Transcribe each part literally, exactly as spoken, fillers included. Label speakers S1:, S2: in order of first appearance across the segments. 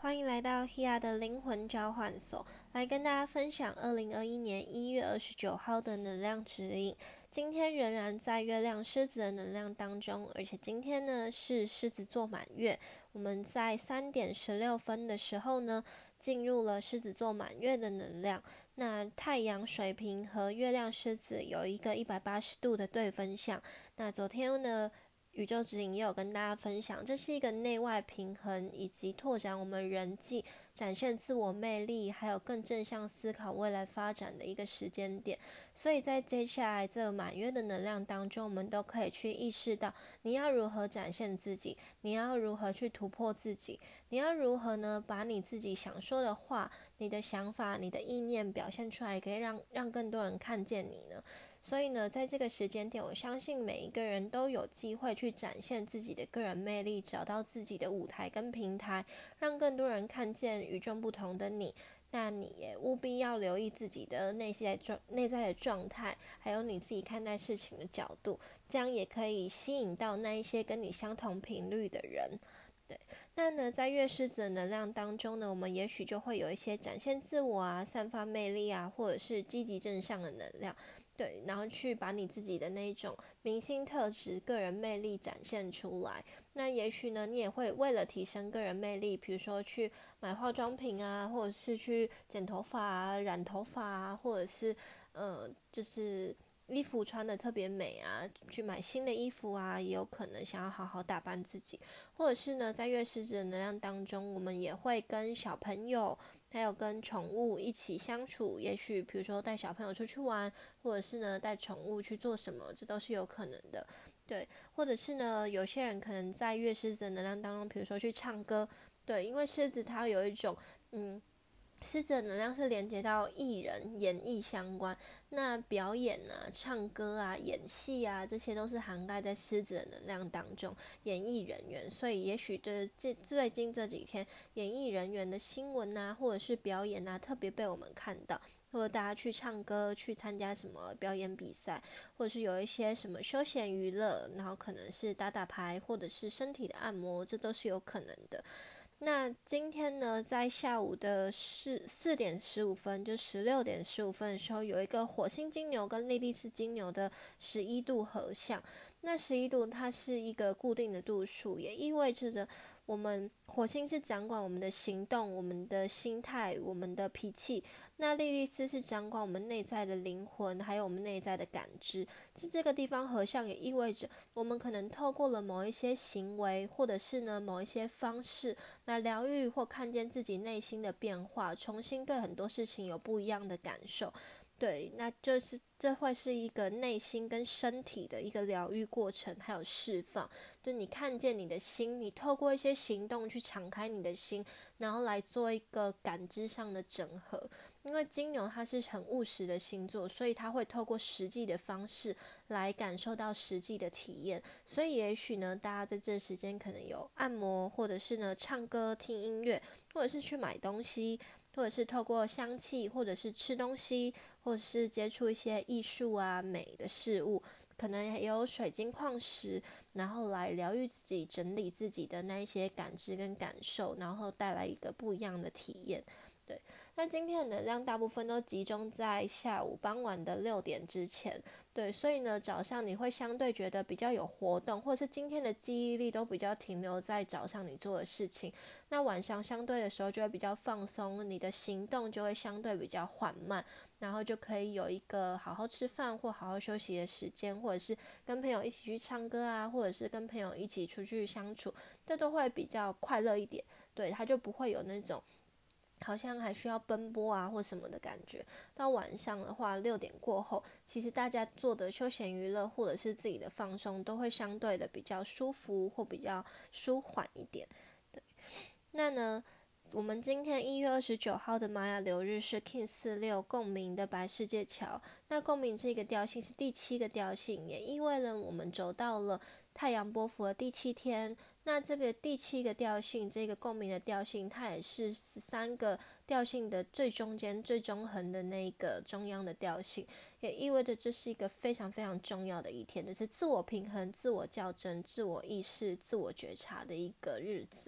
S1: 欢迎来到 Hia 的灵魂交换所，来跟大家分享二零二一年一月二十九号的能量指引。今天仍然在月亮狮子的能量当中，而且今天呢是狮子座满月。我们在三点十六分的时候呢，进入了狮子座满月的能量。那太阳水瓶和月亮狮子有一个一百八十度的对分相。那昨天呢，宇宙指引也有跟大家分享，这是一个内外平衡以及拓展我们人际、展现自我魅力，还有更正向思考未来发展的一个时间点。所以在接下来这个满月的能量当中，我们都可以去意识到，你要如何展现自己，你要如何去突破自己，你要如何呢，把你自己想说的话、你的想法、你的意念表现出来，可以让让更多人看见你呢。所以呢，在这个时间点，我相信每一个人都有机会去展现自己的个人魅力，找到自己的舞台跟平台，让更多人看见与众不同的你。那你也务必要留意自己的内在状内在的状态，还有你自己看待事情的角度，这样也可以吸引到那一些跟你相同频率的人。对，那呢，在月狮子的能量当中呢，我们也许就会有一些展现自我啊、散发魅力啊，或者是积极正向的能量。对，然后去把你自己的那一种明星特质、个人魅力展现出来。那也许呢，你也会为了提升个人魅力，比如说去买化妆品啊，或者是去剪头发啊、染头发啊，或者是呃，就是衣服穿的特别美啊，去买新的衣服啊，也有可能想要好好打扮自己。或者是呢，在月狮子的能量当中，我们也会跟小朋友还有跟宠物一起相处，也许比如说带小朋友出去玩，或者是呢带宠物去做什么，这都是有可能的。对，或者是呢，有些人可能在月狮子的能量当中，比如说去唱歌。对，因为狮子它有一种嗯。狮子的能量是连接到艺人、演艺相关，那表演啊、唱歌啊、演戏啊，这些都是涵盖在狮子的能量当中。演艺人员，所以也许这这最近这几天，演艺人员的新闻啊，或者是表演啊，特别被我们看到。或者大家去唱歌、去参加什么表演比赛，或者是有一些什么休闲娱乐，然后可能是打打牌，或者是身体的按摩，这都是有可能的。那今天呢，在下午的四四点十五分，就十六点十五分的时候，有一个火星金牛跟莉莉丝金牛的十一度合相。那十一度它是一个固定的度数，也意味着我们火星是掌管我们的行动、我们的心态、我们的脾气。那莉莉丝是掌管我们内在的灵魂，还有我们内在的感知。在这个地方合相，也意味着我们可能透过了某一些行为，或者是呢某一些方式，来疗愈或看见自己内心的变化，重新对很多事情有不一样的感受。对，那就是这会是一个内心跟身体的一个疗愈过程，还有释放。就你看见你的心，你透过一些行动去敞开你的心，然后来做一个感知上的整合。因为金牛它是很务实的星座，所以它会透过实际的方式来感受到实际的体验。所以也许呢，大家在这时间可能有按摩，或者是呢唱歌、听音乐，或者是去买东西，或者是透过香气，或者是吃东西，或者是接触一些艺术啊、美的事物，可能也有水晶矿石，然后来疗愈自己、整理自己的那一些感知跟感受，然后带来一个不一样的体验。对，那今天的能量大部分都集中在下午傍晚的六点之前。对，所以呢，早上你会相对觉得比较有活动，或者是今天的记忆力都比较停留在早上你做的事情。那晚上相对的时候就会比较放松，你的行动就会相对比较缓慢，然后就可以有一个好好吃饭或好好休息的时间，或者是跟朋友一起去唱歌啊，或者是跟朋友一起出去相处，这都会比较快乐一点。对，它就不会有那种好像还需要奔波啊或什么的感觉。到晚上的话，六点过后，其实大家做的休闲娱乐或者是自己的放松，都会相对的比较舒服或比较舒缓一点。对，那呢，我们今天一月二十九号的玛雅流日是 King 四六共鸣的白世界桥。那共鸣这个调性是第七个调性，也意味了我们走到了太阳波符的第七天。那这个第七个调性，这个共鸣的调性，它也是十三个调性的最中间、最中横的那个中央的调性，也意味着这是一个非常非常重要的一天，这是自我平衡、自我校正、自我意识、自我觉察的一个日子。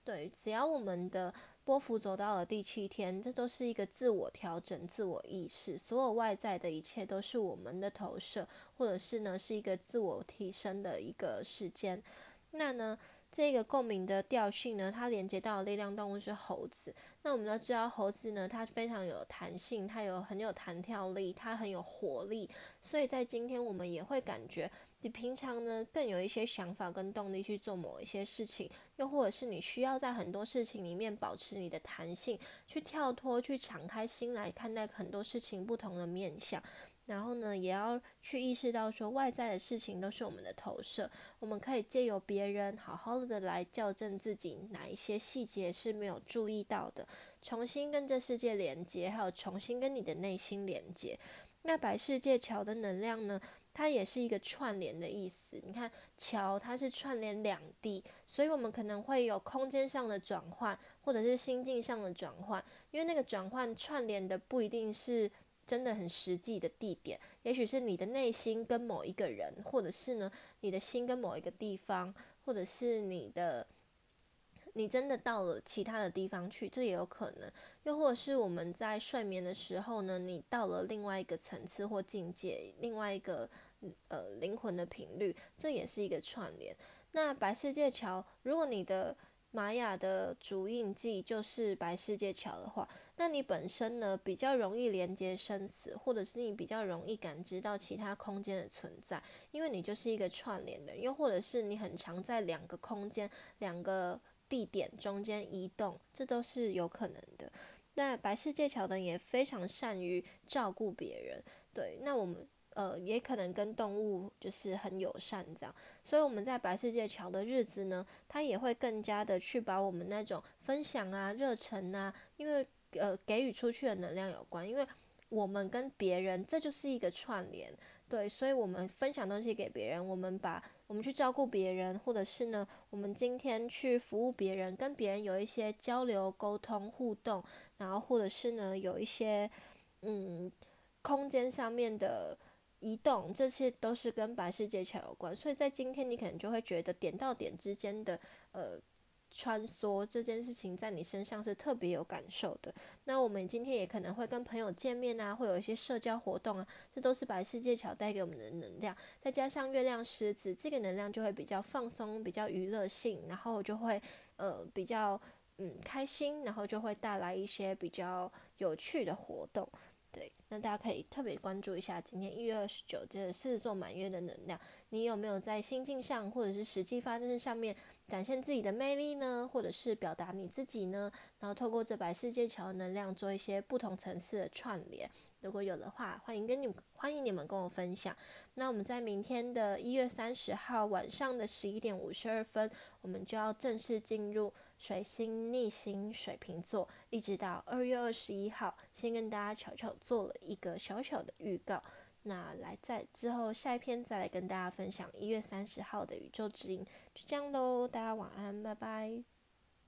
S1: 对，只要我们的波符走到了第七天，这都是一个自我调整、自我意识，所有外在的一切都是我们的投射，或者是呢是一个自我提升的一个时间。那呢，这个共鸣的调性呢，它连接到的力量动物是猴子。那我们都知道，猴子呢，它非常有弹性，它有很有弹跳力，它很有活力。所以在今天，我们也会感觉比平常呢更有一些想法跟动力去做某一些事情，又或者是你需要在很多事情里面保持你的弹性，去跳脱，去敞开心来看待很多事情不同的面向。然后呢，也要去意识到说，外在的事情都是我们的投射，我们可以借由别人好好的来校正自己哪一些细节是没有注意到的，重新跟这世界连接，还有重新跟你的内心连接。那百世界桥的能量呢，它也是一个串联的意思。你看桥它是串联两地，所以我们可能会有空间上的转换，或者是心境上的转换，因为那个转换串联的不一定是真的很实际的地点，也许是你的内心跟某一个人，或者是呢你的心跟某一个地方，或者是你的你真的到了其他的地方去，这也有可能。又或者是我们在睡眠的时候呢，你到了另外一个层次或境界，另外一个呃灵魂的频率，这也是一个串联。那白世界桥，如果你的玛雅的主印记就是白世界桥的话，那你本身呢比较容易连接生死，或者是你比较容易感知到其他空间的存在，因为你就是一个串联的人，又或者是你很常在两个空间、两个地点中间移动，这都是有可能的。那白世界桥的人也非常善于照顾别人，对，那我们呃也可能跟动物就是很友善这样，所以我们在白世界桥的日子呢，他也会更加的去把我们那种分享啊、热忱啊，因为呃给予出去的能量有关，因为我们跟别人这就是一个串联，对，所以我们分享东西给别人，我们把我们去照顾别人，或者是呢，我们今天去服务别人，跟别人有一些交流、沟通、互动，然后或者是呢，有一些嗯空间上面的移动，这些都是跟白世界桥有关。所以在今天，你可能就会觉得点到点之间的呃穿梭这件事情，在你身上是特别有感受的。那我们今天也可能会跟朋友见面啊，会有一些社交活动啊，这都是白世界桥带给我们的能量。再加上月亮狮子，这个能量就会比较放松，比较娱乐性，然后就会呃比较嗯开心，然后就会带来一些比较有趣的活动。对，那大家可以特别关注一下今天一月二十九这个狮子座满月的能量，你有没有在心境上或者是实际发生上面展现自己的魅力呢？或者是表达你自己呢？然后透过这白世界桥的能量做一些不同层次的串联。如果有的话，欢迎跟你们欢迎你们跟我分享。那我们在明天的一月三十号晚上的十一点五十二分，我们就要正式进入水星逆行水瓶座，一直到二月二十一号，先跟大家悄悄做了一个小小的预告。那来在之后下一篇再来跟大家分享一月三十号的宇宙指引，就这样喽，大家晚安，拜拜。